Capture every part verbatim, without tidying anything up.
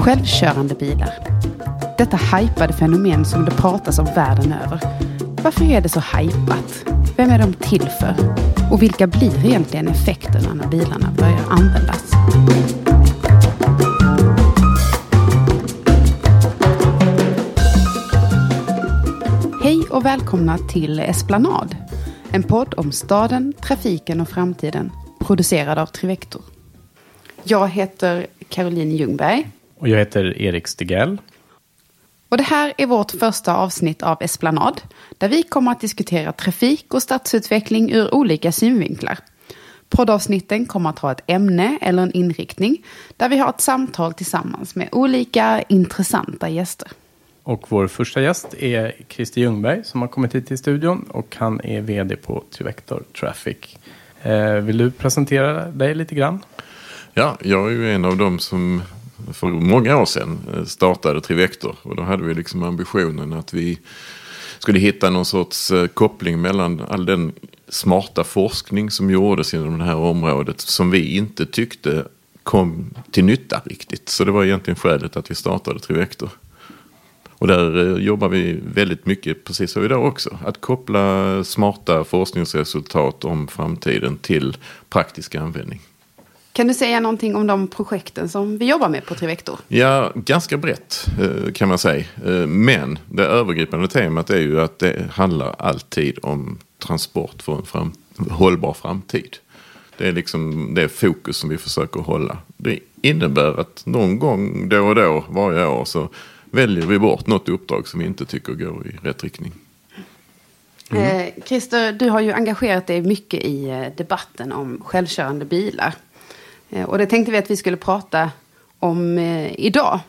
Självkörande bilar. Detta hypade fenomen som det pratas om världen över. Varför är det så hypat? Vem är de till för? Och vilka blir egentligen effekterna när bilarna börjar användas? Hej och välkomna till Esplanad. En podd om staden, trafiken och framtiden. Producerad av Trivector. Jag heter Caroline Ljungberg. Och jag heter Erik Stigell. Och det här är vårt första avsnitt av Esplanad, där vi kommer att diskutera trafik och stadsutveckling ur olika synvinklar. Poddavsnitten kommer att ha ett ämne eller en inriktning, där vi har ett samtal tillsammans med olika intressanta gäster. Och vår första gäst är Christer Ljungberg som har kommit hit till studion och han är vd på Trivector Traffic. Eh, vill du presentera dig lite grann? Ja, jag är ju en av dem som för många år sedan startade Trivector. Och då hade vi liksom ambitionen att vi skulle hitta någon sorts koppling mellan all den smarta forskning som gjordes inom det här området som vi inte tyckte kom till nytta riktigt. Så det var egentligen skälet att vi startade Trivector. Och där jobbar vi väldigt mycket, precis som idag också, att koppla smarta forskningsresultat om framtiden till praktisk användning. Kan du säga någonting om de projekten som vi jobbar med på Trivector? Ja, ganska brett kan man säga. Men det övergripande temat är ju att det handlar alltid om transport för en fram- hållbar framtid. Det är liksom det fokus som vi försöker hålla. Det innebär att någon gång då och då, varje år, så väljer vi bort något uppdrag som vi inte tycker går i rätt riktning. Mm. Eh, Christer, du har ju engagerat dig mycket i debatten om självkörande bilar. Eh, och det tänkte vi att vi skulle prata om eh, idag.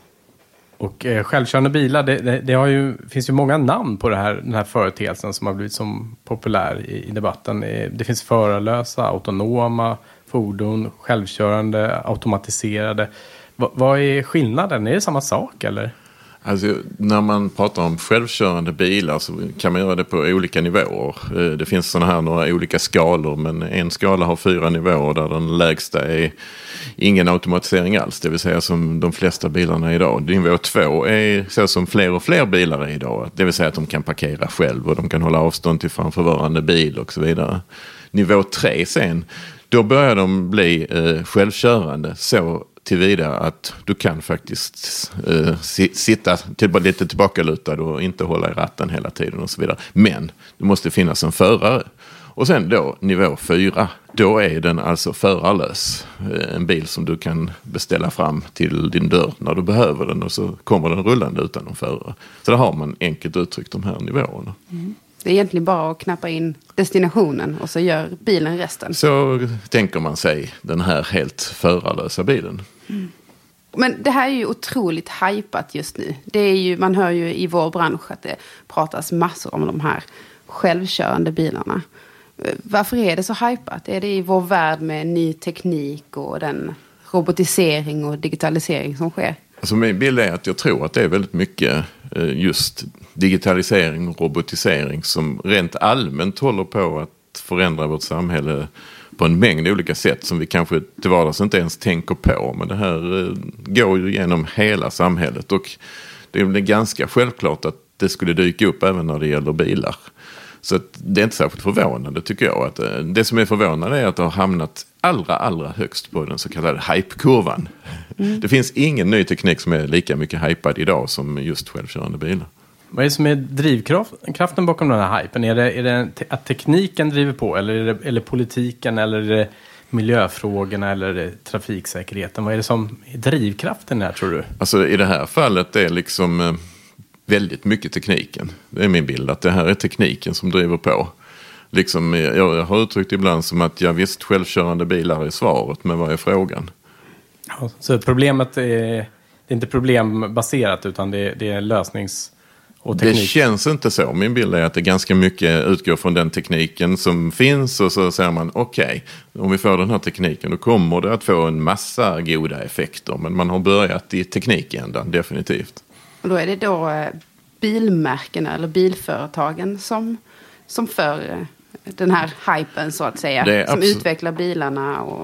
Och eh, självkörande bilar, det, det, det har ju, finns ju många namn på det här, den här företeelsen som har blivit som populär i, i debatten. Eh, det finns förarlösa, autonoma fordon, självkörande, automatiserade. Va, vad är skillnaden? Är det samma sak eller? Alltså, när man pratar om självkörande bilar så kan man göra det på olika nivåer. Det finns sådana här några olika skalor, men en skala har fyra nivåer där den lägsta är ingen automatisering alls. Det vill säga som de flesta bilarna idag. Nivå två är så som fler och fler bilar är idag. Det vill säga att de kan parkera själv och de kan hålla avstånd till framförvarande bil och så vidare. Nivå tre sen, då börjar de bli eh, självkörande så tillvida att du kan faktiskt eh, sitta till, lite tillbakalutad och inte hålla i ratten hela tiden och så vidare. Men det måste finnas en förare. Och sen då nivå fyra, då är den alltså förarlös. En bil som du kan beställa fram till din dörr när du behöver den och så kommer den rullande utan någon förare. Så där har man enkelt uttryckt de här nivåerna. Mm. Det är egentligen bara att knappa in destinationen och så gör bilen resten. Så tänker man sig den här helt förarlösa bilen. Mm. Men det här är ju otroligt hypat just nu. Det är ju, man hör ju i vår bransch att det pratas massor om de här självkörande bilarna. Varför är det så hypat? Är det i vår värld med ny teknik och den robotisering och digitalisering som sker? Alltså min bild är att jag tror att det är väldigt mycket just digitalisering och robotisering som rent allmänt håller på att förändra vårt samhälle på en mängd olika sätt som vi kanske till vardags inte ens tänker på. Men det här går ju genom hela samhället och det är ganska självklart att det skulle dyka upp även när det gäller bilar. Så att det är inte särskilt förvånande tycker jag. Att det som är förvånande är att det har hamnat allra, allra högst på den så kallade hype-kurvan. Mm. Det finns ingen ny teknik som är lika mycket hypad idag som just självkörande bilar. Vad är det som är drivkraften bakom den här hypen? Är det, är det att tekniken driver på eller är det eller politiken eller är det miljöfrågorna eller är det trafiksäkerheten? Vad är det som är drivkraften här tror du? Alltså i det här fallet är liksom väldigt mycket tekniken. Det är min bild att det här är tekniken som driver på. Liksom, jag har uttryckt ibland som att jag visst självkörande bilar är svaret, men vad är frågan? Ja, så problemet är, det är inte problembaserat utan det är, det är lösnings- och teknik? Det känns inte så. Min bild är att det ganska mycket utgår från den tekniken som finns och så säger man okej, okay, om vi får den här tekniken då kommer det att få en massa goda effekter, men man har börjat i teknikändan, definitivt. Och då är det då bilmärkena eller bilföretagen som, som för den här hypen så att säga. Som absolut utvecklar bilarna och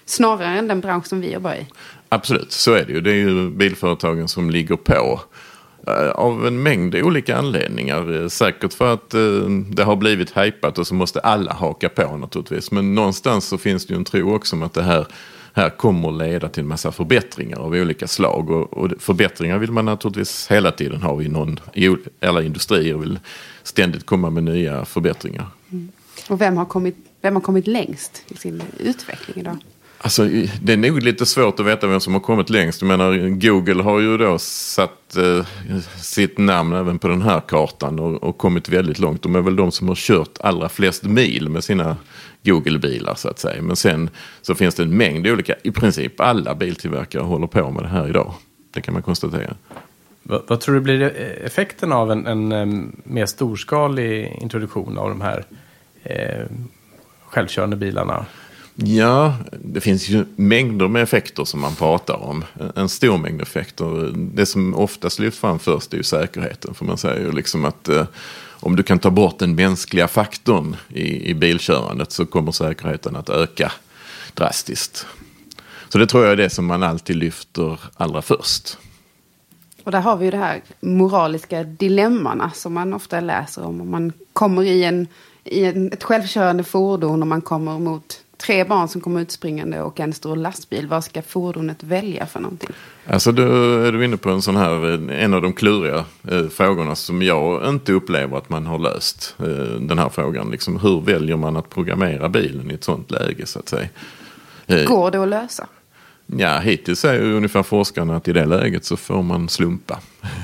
snarare än den bransch som vi jobbar i. Absolut, så är det ju. Det är ju bilföretagen som ligger på av en mängd olika anledningar. Säkert för att det har blivit hypat och så måste alla haka på naturligtvis. Men någonstans så finns det ju en tro också om att det här, här kommer leda till en massa förbättringar av olika slag. Och, och förbättringar vill man naturligtvis hela tiden ha i någon, i alla industrier vill ständigt komma med nya förbättringar. Mm. Och vem har, kommit, vem har kommit längst i sin utveckling idag? Alltså, det är nog lite svårt att veta vem som har kommit längst. Jag menar, Google har ju då satt eh, sitt namn även på den här kartan och, och kommit väldigt långt. De är väl de som har kört allra flest mil med sina Google-bilar så att säga. Men sen så finns det en mängd olika, i princip alla biltillverkare håller på med det här idag. Det kan man konstatera. Vad, vad tror du blir effekten av en, en, en mer storskalig introduktion av de här eh, självkörande bilarna? Ja, det finns ju mängder med effekter som man pratar om. En stor mängd effekter. Det som oftast lyfts fram först är ju säkerheten. För man säger ju liksom att eh, om du kan ta bort den mänskliga faktorn i, i bilkörandet så kommer säkerheten att öka drastiskt. Så det tror jag är det som man alltid lyfter allra först. Och där har vi ju det här moraliska dilemmana som man ofta läser om. Om man kommer i, en, i en, ett självkörande fordon och man kommer mot tre barn som kommer utspringande och en stor lastbil. Vad ska fordonet välja för någonting? Alltså då är du inne på en sån här, en av de kluriga eh, frågorna som jag inte upplever att man har löst. Eh, den här frågan, liksom, hur väljer man att programmera bilen i ett sånt läge så att säga? Eh, Går det att lösa? Ja, hittills säger ju ungefär forskarna att i det läget så får man slumpa.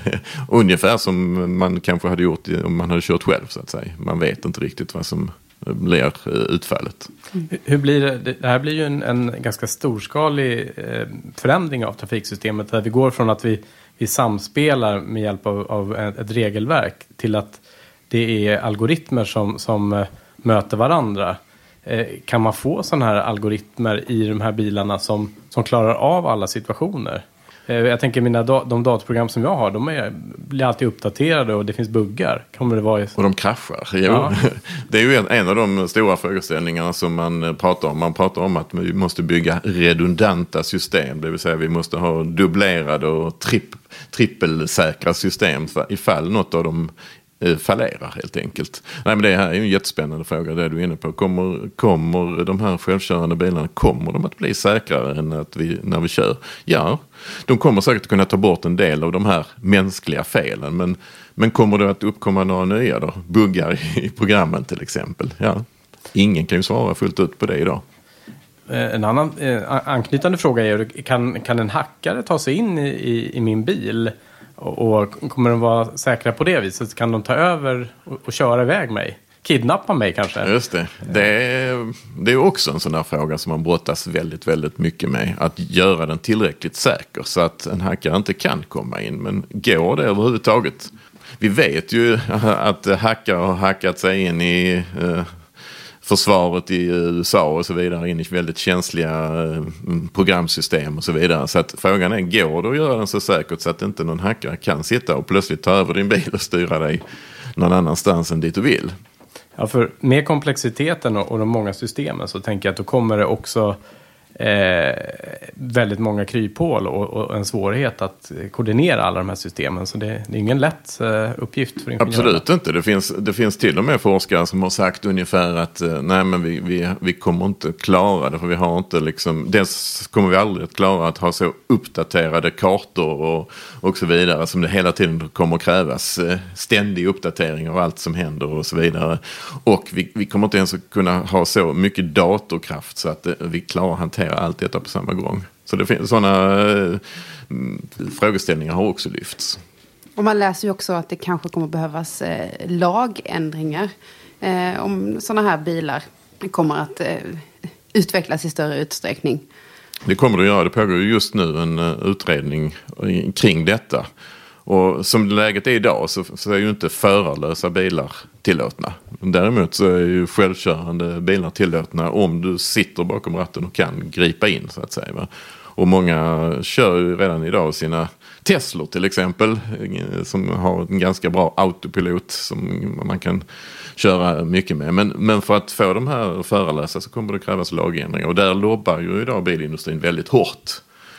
Ungefär som man kanske hade gjort om man hade kört själv så att säga. Man vet inte riktigt vad som blir utfallet. Mm. Hur blir det? Det här blir ju en, en ganska storskalig eh, förändring av trafiksystemet där vi går från att vi, vi samspelar med hjälp av, av ett, ett regelverk till att det är algoritmer som, som eh, möter varandra. Eh, kan man få sådana här algoritmer i de här bilarna som, som klarar av alla situationer? Eh, jag tänker mina da- de datorprogram som jag har, de är, blir alltid uppdaterade och det finns buggar. Kommer det vara i... Och de kraschar. Jo. Ja. Det är ju en, en av de stora frågeställningarna som man pratar om. Man pratar om att vi måste bygga redundanta system. Det vill säga vi måste ha dubblerade och tripp, trippelsäkra system för ifall något av dem fallerar helt enkelt. Nej, men det här är ju en jättespännande fråga det du är inne på. Kommer, kommer de här självkörande bilarna, kommer de att bli säkrare än att vi, när vi kör? Ja, de kommer säkert kunna ta bort en del av de här mänskliga felen. Men, men kommer det att uppkomma några nya då? Buggar i programmen till exempel? Ja, ingen kan ju svara fullt ut på det idag. En annan eh, anknytande fråga är, kan, kan en hackare ta sig in i, i, i min bil? Och, och kommer de vara säkra på det viset? Kan de ta över och, och köra iväg mig? Kidnappa mig kanske? Just det. Det är, det är också en sån här fråga som man brottas väldigt, väldigt mycket med. Att göra den tillräckligt säker så att en hackare inte kan komma in. Men går det överhuvudtaget? Vi vet ju att hackare har hackat sig in i eh, försvaret i U S A och så vidare, in i väldigt känsliga eh, programsystem och så vidare. Så att frågan är, går det att göra den så säkert så att inte någon hackare kan sitta och plötsligt ta över din bil och styra dig någon annanstans än dit du vill? Ja, för med komplexiteten och, och de många systemen så tänker jag att då kommer det också eh, väldigt många kryphål och, och en svårighet att koordinera alla de här systemen. Så det, det är ingen lätt eh, uppgift för ingenjörerna. Absolut inte. Det finns, det finns till och med forskare som har sagt ungefär att eh, nej, men vi, vi, vi kommer inte klara det, för vi har inte liksom, dels kommer vi aldrig att klara att ha så uppdaterade kartor och, och så vidare som det hela tiden kommer krävas. Eh, ständig uppdatering av allt som händer och så vidare. Och vi, vi kommer inte ens att kunna ha så mycket datorkraft så att eh, vi klarar att hantera allt detta på samma gång. Så det finns sådana eh, frågeställningar har också lyfts. Och man läser ju också att det kanske kommer behövas eh, lagändringar eh, om sådana här bilar kommer att eh, utvecklas i större utsträckning. Det kommer det att göra. Det pågår just nu en uh, utredning kring detta. Och som läget är idag så, så är ju inte förarlösa bilar tillåtna. Däremot så är ju självkörande bilar tillåtna om du sitter bakom ratten och kan gripa in så att säga. Va? Och många kör ju redan idag sina Tesla till exempel, som har en ganska bra autopilot som man kan köra mycket med. Men, men för att få de här förarlösa så kommer det krävas lagändringar. Och där lobbar ju idag bilindustrin väldigt hårt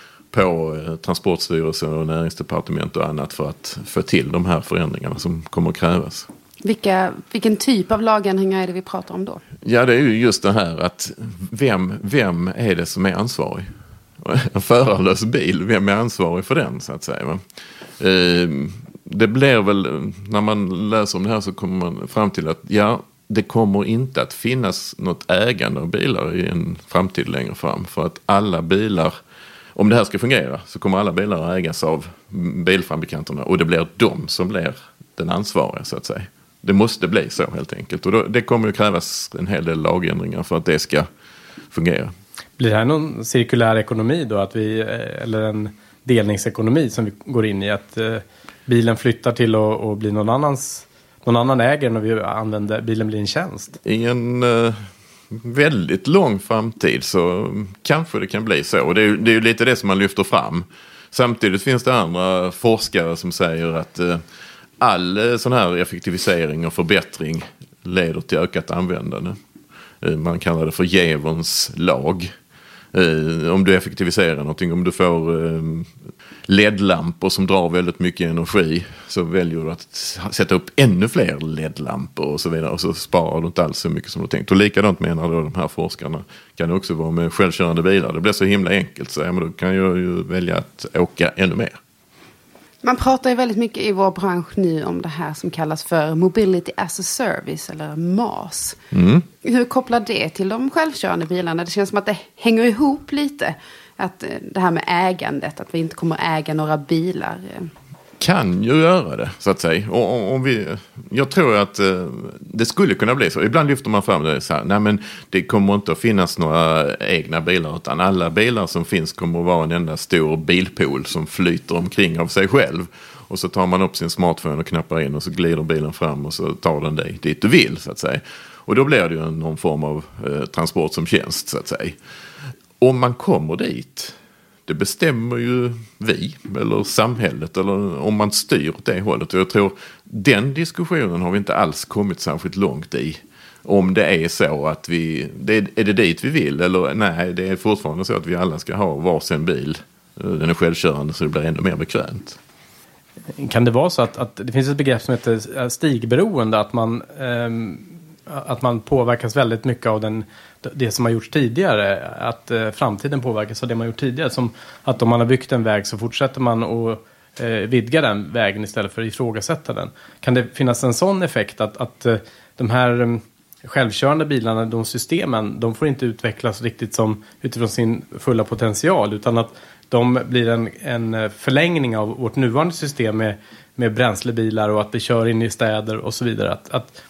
på eh, Transportstyrelsen och näringsdepartement och annat för att få till de här förändringarna som kommer att krävas. Vilka, vilken typ av lagändringar är det vi pratar om då? Ja, det är ju just det här att vem, vem är det som är ansvarig? En förarlös bil, vem är ansvarig för den så att säga? Va? Eh, det blir väl, när man läser om det här så kommer man fram till att ja, det kommer inte att finnas något ägande av bilar i en framtid längre fram. För att alla bilar, om det här ska fungera så kommer alla bilar att ägas av bilfabrikanterna och det blir de som blir den ansvariga så att säga. Det måste bli så helt enkelt. Och då, det kommer ju krävas en hel del lagändringar för att det ska fungera. Blir det här någon cirkulär ekonomi då? Att vi, eller en delningsekonomi som vi går in i? Att eh, bilen flyttar till att och bli någon annans, någon annan ägare när vi använder bilen blir en tjänst? I en eh, väldigt lång framtid så kanske det kan bli så. Och det är, det är ju lite det som man lyfter fram. Samtidigt finns det andra forskare som säger att eh, all sån här effektivisering och förbättring leder till ökat användande. Man kallar det för Jevons lag. Om du effektiviserar någonting, om du får L E D-lampor som drar väldigt mycket energi så väljer du att sätta upp ännu fler L E D-lampor och så vidare och så sparar du inte alls så mycket som du tänkt. Och likadant menar då de här forskarna kan det också vara med självkörande bilar. Det blir så himla enkelt så ja, men då kan jag ju välja att åka ännu mer. Man pratar ju väldigt mycket i vår bransch nu om det här som kallas för Mobility as a Service eller M A S. Mm. Hur kopplar det till de självkörande bilarna? Det känns som att det hänger ihop lite. Att det här med ägandet, att vi inte kommer äga några bilar. Kan ju göra det, så att säga. Och, om vi, jag tror att eh, det skulle kunna bli så. Ibland lyfter man fram det så här, nej men det kommer inte att finnas några egna bilar utan alla bilar som finns kommer att vara en enda stor bilpool som flyter omkring av sig själv. Och så tar man upp sin smartphone och knappar in och så glider bilen fram och så tar den dig dit du vill, så att säga. Och då blir det ju någon form av eh, transport som tjänst, så att säga. Om man kommer dit, det bestämmer ju vi eller samhället eller om man styr åt det hållet. Och jag tror den diskussionen har vi inte alls kommit särskilt långt i. Om det är så att vi, det är, är det dit vi vill eller nej, det är fortfarande så att vi alla ska ha varsin bil. Den är självkörande så det blir ännu mer bekvämt. Kan det vara så att, att det finns ett begrepp som heter stigberoende, att man, ähm, att man påverkas väldigt mycket av den, det som har gjorts tidigare, att äh, framtiden påverkas av det man har gjort tidigare, som att om man har byggt en väg så fortsätter man att äh, vidga den vägen istället för att ifrågasätta den. Kan det finnas en sån effekt att, att äh, de här äh, självkörande bilarna, de systemen, de får inte utvecklas riktigt som utifrån sin fulla potential, utan att de blir en, en förlängning av vårt nuvarande system med, med bränslebilar och att vi kör in i städer och så vidare. Att, att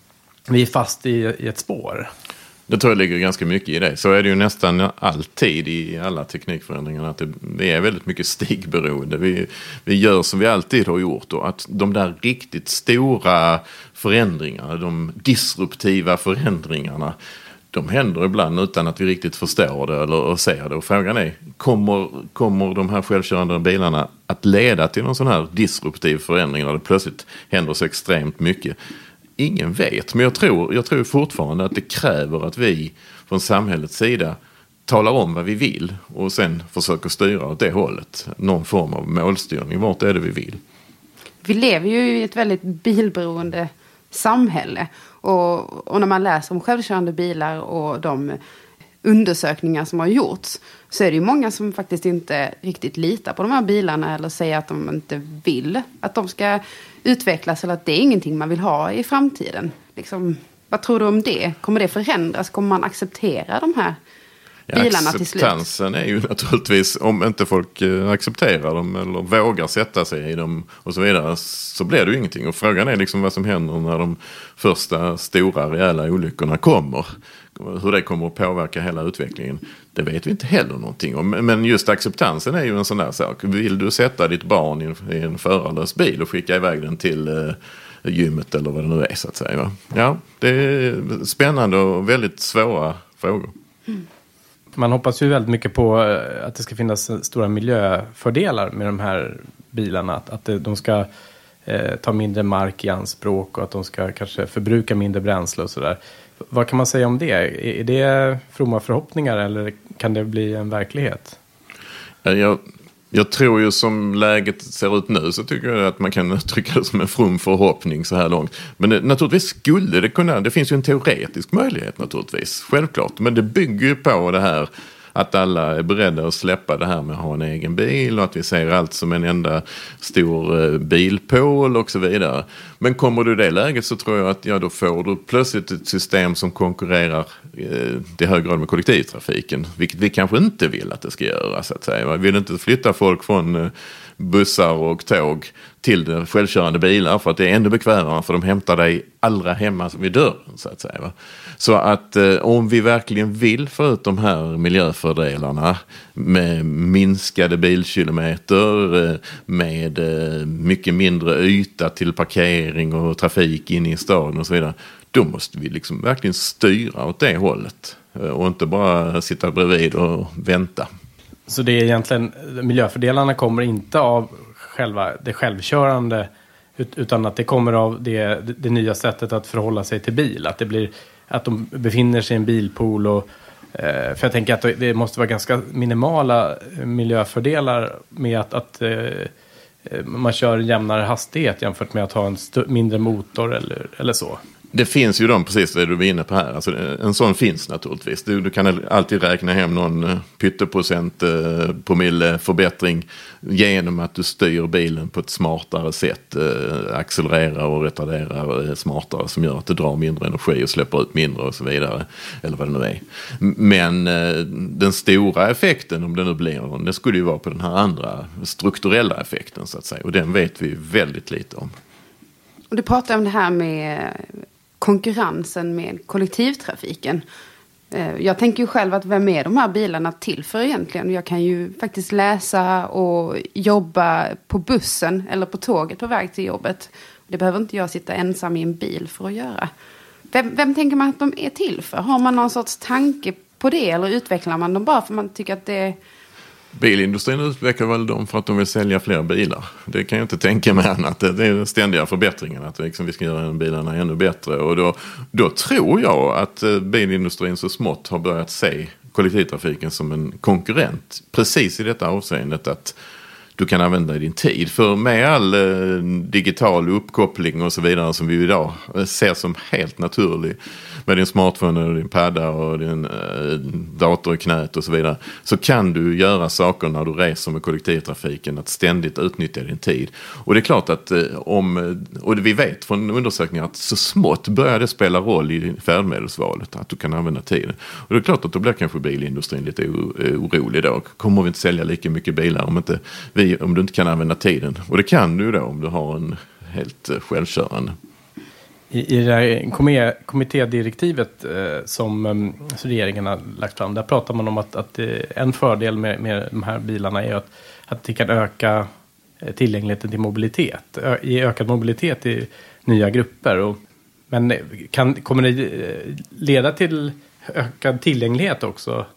vi är fast i, i ett spår. Det tror jag ligger ganska mycket i det. Så är det ju nästan alltid i alla teknikförändringar att det, vi är väldigt mycket stigberoende. Vi, vi gör som vi alltid har gjort. Och att de där riktigt stora förändringarna, de disruptiva förändringarna, de händer ibland utan att vi riktigt förstår det eller ser det. Och frågan är, kommer, kommer de här självkörande bilarna att leda till någon sån här disruptiv förändring när det plötsligt händer så extremt mycket? Ingen vet, men jag tror, jag tror fortfarande att det kräver att vi från samhällets sida talar om vad vi vill och sen försöker styra åt det hållet. Någon form av målstyrning, vart är det vi vill? Vi lever ju i ett väldigt bilberoende samhälle. Och, och när man läser om självkörande bilar och de undersökningar som har gjorts så är det ju många som faktiskt inte riktigt litar på de här bilarna eller säger att de inte vill att de ska utvecklas eller att det är ingenting man vill ha i framtiden. Liksom, vad tror du om det? Kommer det förändras? Kommer man acceptera de här bilarna till slut? Acceptansen är ju naturligtvis, om inte folk accepterar dem eller vågar sätta sig i dem och så vidare, så blir det ju ingenting. Och frågan är liksom vad som händer när de första stora rejäla olyckorna kommer. Hur det kommer att påverka hela utvecklingen, det vet vi inte heller någonting om. Men just acceptansen är ju en sån där sak. Vill du sätta ditt barn i en, i en förarlös bil och skicka iväg den till eh, gymmet eller vad det nu är, så att säga? Va? Ja, det är spännande och väldigt svåra frågor. Mm. Man hoppas ju väldigt mycket på att det ska finnas stora miljöfördelar med de här bilarna. Att, att de ska eh, ta mindre mark i anspråk och att de ska kanske förbruka mindre bränsle och sådär. Vad kan man säga om det? Är det fromma förhoppningar eller kan det bli en verklighet? Jag, jag tror ju som läget ser ut nu så tycker jag att man kan uttrycka det som en from förhoppning så här långt. Men det, naturligtvis skulle det kunna, det finns ju en teoretisk möjlighet naturligtvis, självklart. Men det bygger ju på det här att alla är beredda att släppa det här med att ha en egen bil och att vi ser allt som en enda stor bilpool och så vidare. Men kommer du i det läget så tror jag att ja, då får du plötsligt ett system som konkurrerar eh, i hög grad med kollektivtrafiken. Vilket vi kanske inte vill att det ska göra så att säga. Vi vill inte flytta folk från eh, bussar och tåg till de självkörande bilar för att det är ännu bekvämare för de hämtar dig allra hemma vid dörren så att säga. Va? Så att eh, om vi verkligen vill få ut de här miljöfördelarna med minskade bilkilometer, eh, med eh, mycket mindre yta till parkering och trafik inne i staden och så vidare, då måste vi liksom verkligen styra åt det hållet eh, och inte bara sitta bredvid och vänta. Så det är egentligen, miljöfördelarna kommer inte av själva det självkörande utan att det kommer av det, det, det nya sättet att förhålla sig till bil. Att det blir att de befinner sig i en bilpool och eh, för jag tänker att det måste vara ganska minimala miljöfördelar med att, att eh, man kör jämnare hastighet jämfört med att ha en st- mindre motor eller, eller så. Det finns ju de, precis det du var inne på här. Alltså, en sån finns naturligtvis. Du, du kan alltid räkna hem någon pytteprocent eh, promille förbättring genom att du styr bilen på ett smartare sätt. Eh, accelererar och retarderar eh, smartare som gör att det drar mindre energi och släpper ut mindre och så vidare. Eller vad det nu är. Men eh, den stora effekten, om det nu blir, det skulle ju vara på den här andra strukturella effekten så att säga. Och den vet vi väldigt lite om. Och du pratar om det här med konkurrensen med kollektivtrafiken. Jag tänker ju själv att vem är de här bilarna till för egentligen? Jag kan ju faktiskt läsa och jobba på bussen eller på tåget på väg till jobbet. Det behöver inte jag sitta ensam i en bil för att göra. Vem, vem tänker man att de är till för? Har man någon sorts tanke på det eller utvecklar man dem bara för man tycker att det är... Bilindustrin utvecklar väl dem för att de vill sälja fler bilar. Det kan jag inte tänka mig annat. Det är den ständiga förbättringen. Att liksom vi ska göra bilarna ännu bättre. Och då, då tror jag att bilindustrin så smått har börjat se kollektivtrafiken som en konkurrent. Precis i detta avseendet att du kan använda din tid. För med all eh, digital uppkoppling och så vidare som vi idag ser som helt naturlig med din smartphone och din padda och din eh, dator i knät och så vidare, så kan du göra saker när du reser med kollektivtrafiken att ständigt utnyttja din tid. Och det är klart att eh, om, och vi vet från undersökningar att så smått börjar det spela roll i färdmedelsvalet att du kan använda tiden. Och det är klart att då blir kanske bilindustrin lite orolig då. Kommer vi inte sälja lika mycket bilar om inte vi, om du inte kan använda tiden. Och det kan du då om du har en helt självkörande. I, i det här kommittédirektivet eh, som eh, regeringen har lagt fram, där pratar man om att, att eh, en fördel med, med de här bilarna är att, att det kan öka eh, tillgängligheten till mobilitet. Ö, ge ökad mobilitet i nya grupper. Och, men kan, kommer det eh, leda till ökad tillgänglighet också?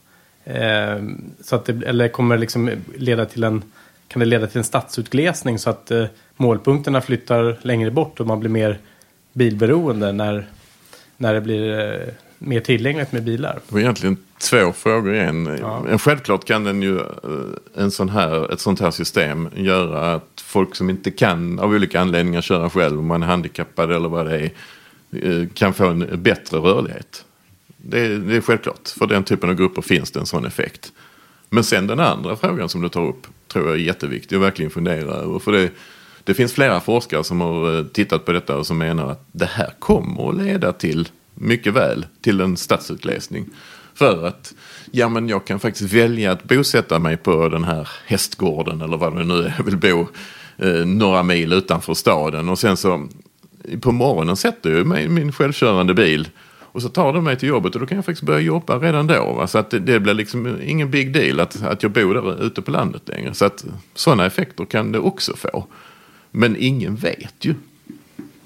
Eh, så att det, eller kommer det liksom leda till en, kan det leda till en stadsutglesning så att eh, målpunkterna flyttar längre bort och man blir mer bilberoende när, när det blir eh, mer tillgängligt med bilar? Det var egentligen två frågor igen. Ja. En självklart kan den ju, en sån här, ett sånt här system göra att folk som inte kan av olika anledningar köra själv, om man är handikappad eller vad det är, kan få en bättre rörlighet. Det är, det är självklart. För den typen av grupper finns det en sån effekt. Men sen den andra frågan som du tar upp tror jag är jätteviktig att verkligen fundera över. För det Det finns flera forskare som har tittat på detta och som menar att det här kommer att leda till, mycket väl, till en stadsutglesning. För att, ja men jag kan faktiskt välja att bosätta mig på den här hästgården eller vad det nu är, jag vill bo eh, några mil utanför staden. Och sen så, på morgonen sätter jag mig i min självkörande bil och så tar det mig till jobbet och då kan jag faktiskt börja jobba redan då. Va? Så att det, det blir liksom ingen big deal att, att jag bor där ute på landet längre. Så att sådana effekter kan det också få. Men ingen vet ju.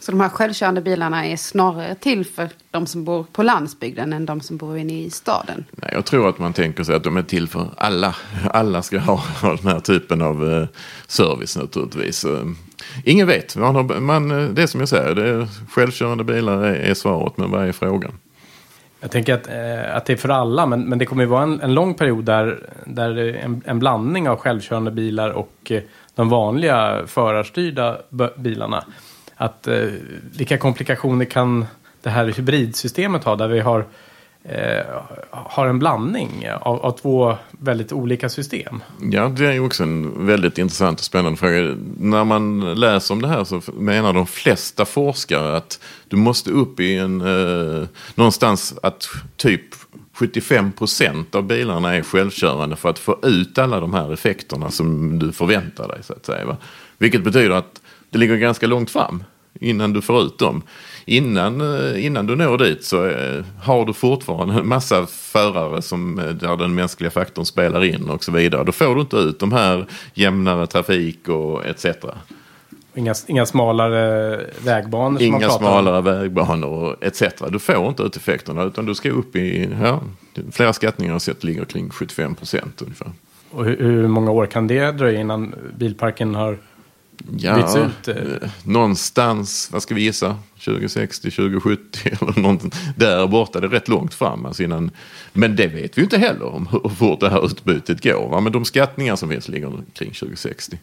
Så de här självkörande bilarna är snarare till för de som bor på landsbygden än de som bor inne i staden? Nej, jag tror att man tänker sig att de är till för alla. Alla ska ha, ha den här typen av eh, service naturligtvis. Eh, ingen vet. Man har, man, det är som jag säger, det är, självkörande bilar är, är svaret, men vad är frågan? Jag tänker att, eh, att det är för alla, men, men det kommer ju vara en, en lång period där, där en, en blandning av självkörande bilar och eh, de vanliga förarstyrda b- bilarna. Att eh, vilka komplikationer kan det här hybridsystemet ha, där vi har, eh, har en blandning av, av två väldigt olika system? Ja, det är ju också en väldigt intressant och spännande fråga. När man läser om det här så menar de flesta forskare att du måste upp i en eh, någonstans att typ sjuttiofem procent av bilarna är självkörande för att få ut alla de här effekterna som du förväntar dig, så att säga. Va? Vilket betyder att det ligger ganska långt fram innan du får ut dem. Innan, innan du når dit så eh, har du fortfarande en massa förare som, där den mänskliga faktorn spelar in och så vidare. Då får du inte ut de här jämnare trafik och et cetera. Inga, inga smalare vägbanor som Inga man pratar smalare om. vägbanor och et cetera. Du får inte ut effekterna utan du ska upp i, ja, flera skattningar har sett ligger kring sjuttiofem procent ungefär. Och hur, hur många år kan det dröja innan bilparken har Ja, byts ut? eh, någonstans, vad ska vi gissa? tjugo sextio, tjugo sjuttio eller någonting. Där borta, det är rätt långt fram. Alltså innan, men det vet vi inte heller om hur fort det här utbytet går. Va? Men de skattningar som finns ligger kring tjugo sextio.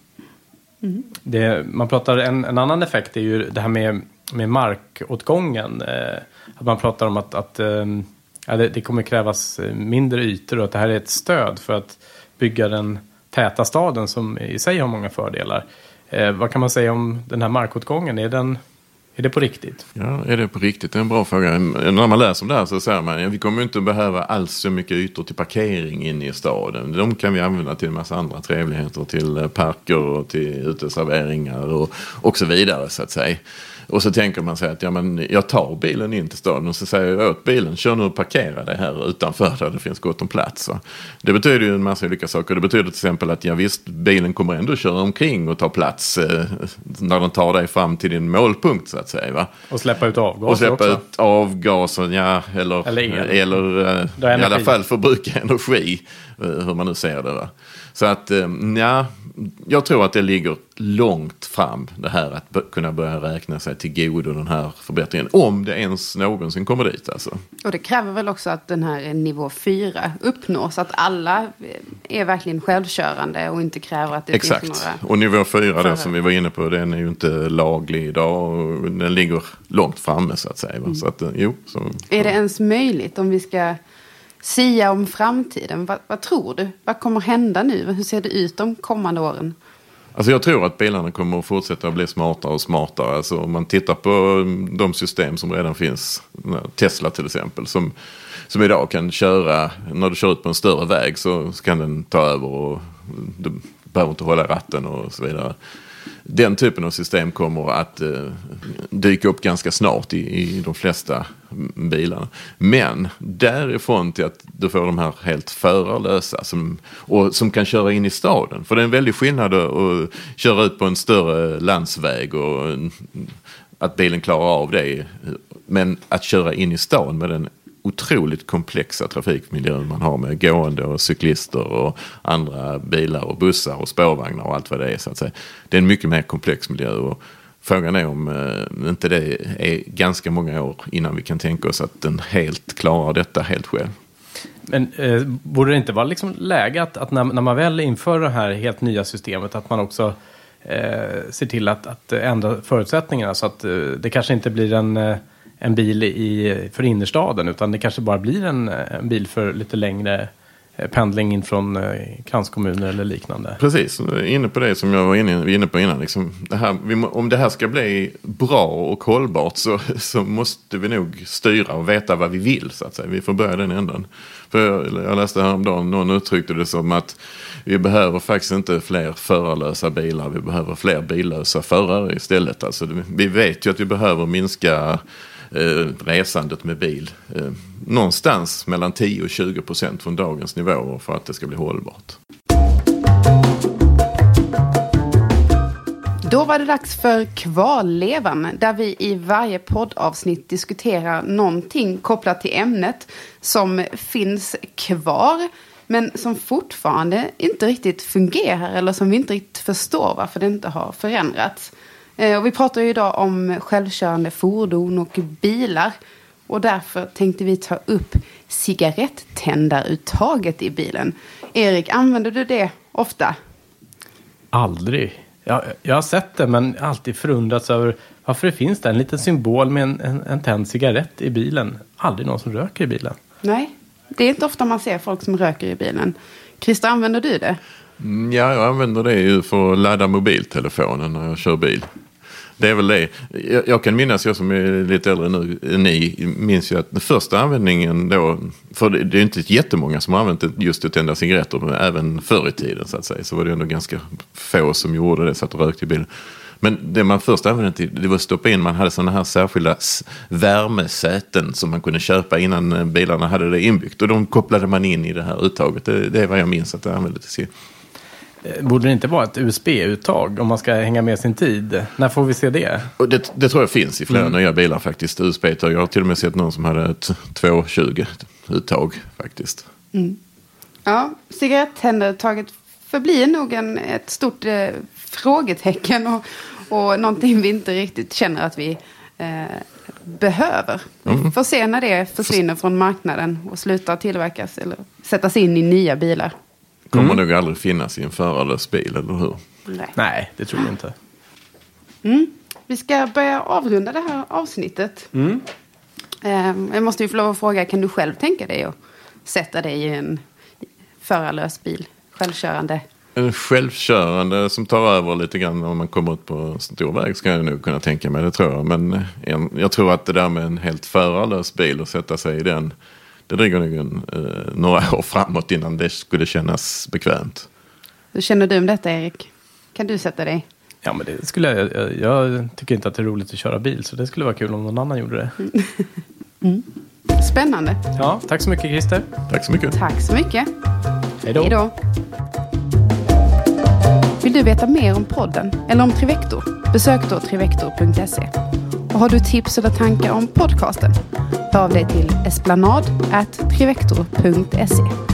Mm. Det, man pratar, en, en annan effekt är ju det här med, med markåtgången. Eh, att man pratar om att, att eh, ja, det, det kommer krävas mindre ytor och att det här är ett stöd för att bygga den täta staden som i sig har många fördelar. Eh, vad kan man säga om den här markåtgången? Är, den, är det på riktigt? Ja, är det på riktigt? Det är en bra fråga. När man läser om det här så säger man att ja, vi kommer inte behöva alls så mycket ytor till parkering inne i staden. De kan vi använda till en massa andra trevligheter, till parker och till uteserveringar och, och så vidare, så att säga. Och så tänker man sig att ja, men jag tar bilen in till staden och så säger jag åt bilen, kör nu och parkera det här utanför där det finns gott om plats. Va? Det betyder ju en massa olika saker. Det betyder till exempel att ja, visst, bilen kommer ändå köra omkring och ta plats eh, när den tar dig fram till din målpunkt, så att säga. Va? Och släppa ut avgaser Och släppa också. ut avgaser, ja, eller, eller, eller eh, i alla fall förbruka energi, eh, hur man nu ser det. Va? Så att, eh, ja, jag tror att det ligger långt fram det här att b- kunna börja räkna sig till godo den här förbättringen, om det ens någonsin kommer dit alltså. Och det kräver väl också att den här nivå fyra uppnås, att alla är verkligen självkörande och inte kräver att det Exakt. finns några... Och nivå fyra För... då, som vi var inne på, den är ju inte laglig idag och den ligger långt framme, så att säga. Va? Mm. Så att, jo, så... Är det ens möjligt om vi ska sia om framtiden? Vad, vad tror du? Vad kommer hända nu? Hur ser det ut de kommande åren? Alltså jag tror att bilarna kommer att fortsätta att bli smartare och smartare. Alltså om man tittar på de system som redan finns, Tesla till exempel, som, som idag kan köra, när du kör ut på en större väg så kan den ta över och du behöver inte hålla ratten och så vidare. Den typen av system kommer att eh, dyka upp ganska snart i, i de flesta bilarna. Men därifrån till att du får de här helt förarlösa som, och som kan köra in i staden. För det är en väldig skillnad att köra ut på en större landsväg och att bilen klarar av det. Men att köra in i stan med den otroligt komplexa trafikmiljön man har med gående och cyklister och andra bilar och bussar och spårvagnar och allt vad det är, så att säga. Det är en mycket mer komplex miljö och frågan är om eh, inte det är ganska många år innan vi kan tänka oss att den helt klarar detta helt själv. Men eh, borde det inte vara liksom läge att, att när, när man väl inför det här helt nya systemet att man också eh, ser till att, att ändra förutsättningarna så att eh, det kanske inte blir en eh, en bil i, för innerstaden, utan det kanske bara blir en, en bil för lite längre pendling in från eh, kranskommuner eller liknande. Precis, inne på det som jag var inne, inne på innan. Liksom, det här, vi, om det här ska bli bra och hållbart så, så måste vi nog styra och veta vad vi vill, så att säga. Vi får börja den änden. För jag, jag läste häromdagen, någon uttryckte det som att vi behöver faktiskt inte fler förarlösa bilar, vi behöver fler billösa förare istället. Alltså, vi vet ju att vi behöver minska Eh, resandet med bil eh, någonstans mellan tio och tjugo procent från dagens nivåer för att det ska bli hållbart. Då var det dags för Kvarlevan, där vi i varje poddavsnitt diskuterar någonting kopplat till ämnet som finns kvar, men som fortfarande inte riktigt fungerar eller som vi inte riktigt förstår varför det inte har förändrats. Och vi pratar ju idag om självkörande fordon och bilar, och därför tänkte vi ta upp cigarettändaruttaget i bilen. Erik, använder du det ofta? Aldrig. Jag, jag har sett det, men alltid förundrats över varför det finns det en liten symbol med en, en, en tänd cigarett i bilen. Aldrig någon som röker i bilen. Nej, det är inte ofta man ser folk som röker i bilen. Christer, använder du det? Ja, jag använder det ju för att ladda mobiltelefonen när jag kör bil. Det är väl det. Jag, jag kan minnas, jag som är lite äldre nu än ni, minns ju att den första användningen då, för det, det är inte jättemånga som har använt det just att tända cigaretter, men även förr i tiden så att säga, så var det ändå ganska få som gjorde det, så att rökte i bilen. Men det man först använde till, det var att stoppa in, man hade sådana här särskilda värmesäten som man kunde köpa innan bilarna hade det inbyggt, och de kopplade man in i det här uttaget. Det, det är vad jag minns att jag använde till. Borde det inte vara ett U S B-uttag om man ska hänga med sin tid? När får vi se det? Och det, det tror jag finns i flera mm. nya bilar faktiskt, U S B-uttag. Jag har till och med sett någon som hade ett tvåhundratjugo-uttag faktiskt. Mm. Ja, cigarettändaruttaget förblir nog en, ett stort eh, frågetecken och, och någonting vi inte riktigt känner att vi eh, behöver. Mm. Vi får se när det försvinner från marknaden och slutar tillverkas eller sättas in i nya bilar. Kommer mm. nog aldrig finnas i en förarlös bil, eller hur? Nej, Nej det tror jag inte. Mm. Vi ska börja avrunda det här avsnittet. Mm. Eh, jag måste ju få lov att fråga, kan du själv tänka dig att sätta dig i en förarlös bil? Självkörande? En självkörande som tar över lite grann om man kommer ut på en stor väg, ska jag nog kunna tänka mig, det tror jag. Men en, jag tror att det där med en helt förarlös bil och sätta sig i den, det ligger nog en, eh, några år framåt innan det skulle kännas bekvämt. Hur känner du om detta, Erik? Kan du sätta dig? Ja, men det skulle jag, jag, jag tycker inte att det är roligt att köra bil, så det skulle vara kul om någon annan gjorde det. Mm. Mm. Spännande. Ja, tack så mycket, Christer. Tack så mycket. Tack så mycket. Hej då. Hej då. Vill du veta mer om podden eller om Trivector? Besök då trivector punkt se. Och har du tips eller tankar om podcasten? Hör av dig till esplanad at trivector punkt se.